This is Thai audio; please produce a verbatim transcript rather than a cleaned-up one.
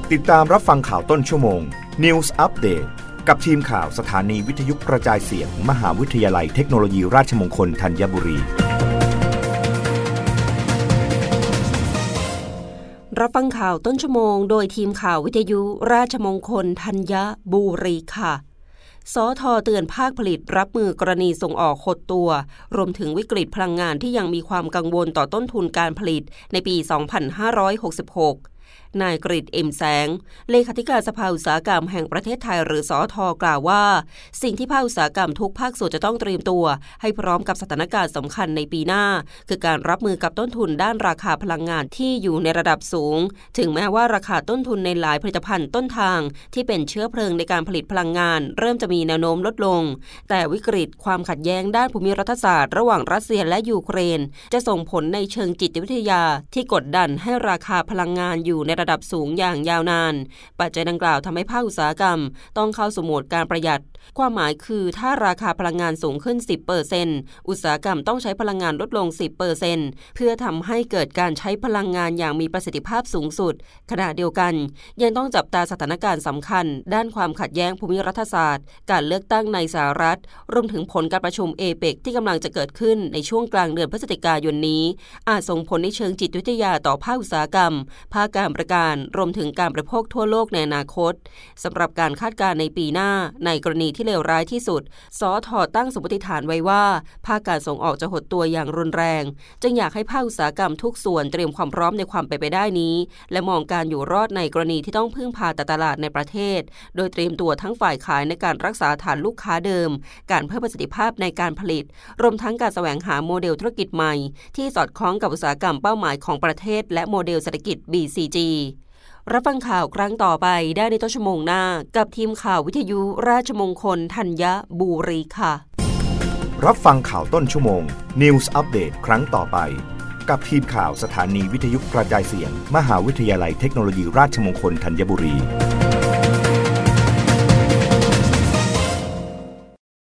ติดตามรับฟังข่าวต้นชั่วโมง News Update กับทีมข่าวสถานีวิทยุกระจายเสียง มหาวิทยาลัยเทคโนโลยีราชมงคลธัญบุรีรับฟังข่าวต้นชั่วโมงโดยทีมข่าววิทยุราชมงคลธัญบุรีค่ะสท.เตือนภาคผลิตรับมือกรณีส่งออกหดตัวรวมถึงวิกฤตพลังงานที่ยังมีความกังวลต่อต้นทุนการผลิตในปี สองพันห้าร้อยหกสิบหกนายกฤษ เอ็ม แสงเลขาธิการสภาอุตสาหกรรมแห่งประเทศไทยหรือสท.กล่าวว่าสิ่งที่ภาคอุตสาหกรรมทุกภาคส่วนจะต้องเตรียมตัวให้พร้อมกับสถานการณ์สำคัญในปีหน้าคือการรับมือกับต้นทุนด้านราคาพลังงานที่อยู่ในระดับสูงถึงแม้ว่าราคาต้นทุนในหลายผลิตภัณฑ์ต้นทางที่เป็นเชื้อเพลิงในการผลิตพลังงานเริ่มจะมีแนวโน้มลดลงแต่วิกฤตความขัดแย้งด้านภูมิรัฐศาสตร์ระหว่างรัสเซียและยูเครนจะส่งผลในเชิงจิตวิทยาที่กดดันให้ราคาพลังงานอยู่ในระดับสูงอย่างยาวนานปัจจัยดังกล่าวทำให้ภาคอุตสาหกรรมต้องเข้าสู่โหมดการประหยัดความหมายคือถ้าราคาพลังงานสูงขึ้น สิบเปอร์เซ็นต์ อุตสาหกรรมต้องใช้พลังงานลดลง สิบเปอร์เซ็นต์ เพื่อทำให้เกิดการใช้พลังงานอย่างมีประสิทธิภาพสูงสุดขณะเดียวกันยังต้องจับตาสถานการณ์สำคัญด้านความขัดแย้งภูมิรัฐศาสตร์การเลือกตั้งในสหรัฐรวมถึงผลการประชุม เอเปก ที่กำลังจะเกิดขึ้นในช่วงกลางเดือนพฤศจิกายนนี้อาจส่งผลในเชิงจิตวิทยาต่อภาคอุตสาหกรรมภาคการบริการรวมถึงการบริโภคทั่วโลกในอนาคตสำหรับการคาดการณ์ในปีหน้าในกรณีที่เลวร้ายที่สุดสท.ตั้งสมมติฐานไว้ว่าภาคการส่งออกจะหดตัวอย่างรุนแรงจึงอยากให้ภาคอุตสาหกรรมทุกส่วนเตรียมความพร้อมในความเป็นไปได้นี้และมองการอยู่รอดในกรณีที่ต้องพึ่งพาแต่ตลาดในประเทศโดยเตรียมตัวทั้งฝ่ายขายในการรักษาฐานลูกค้าเดิมการเพิ่มประสิทธิภาพในการผลิตรวมทั้งการแสวงหาโมเดลธุรกิจใหม่ที่สอดคล้องกับอุตสาหกรรมเป้าหมายของประเทศและโมเดลเศรษฐกิจ บี ซี จี รับฟังข่าวครั้งต่อไปได้ในต้นชั่วโมงหน้ากับทีมข่าววิทยุราชมงคลธัญบุรีค่ะรับฟังข่าวต้นชั่วโมง News Update ครั้งต่อไปกับทีมข่าวสถานีวิทยุกระจายเสียงมหาวิทยาลัยเทคโนโลยีราชมงคลธัญบุรี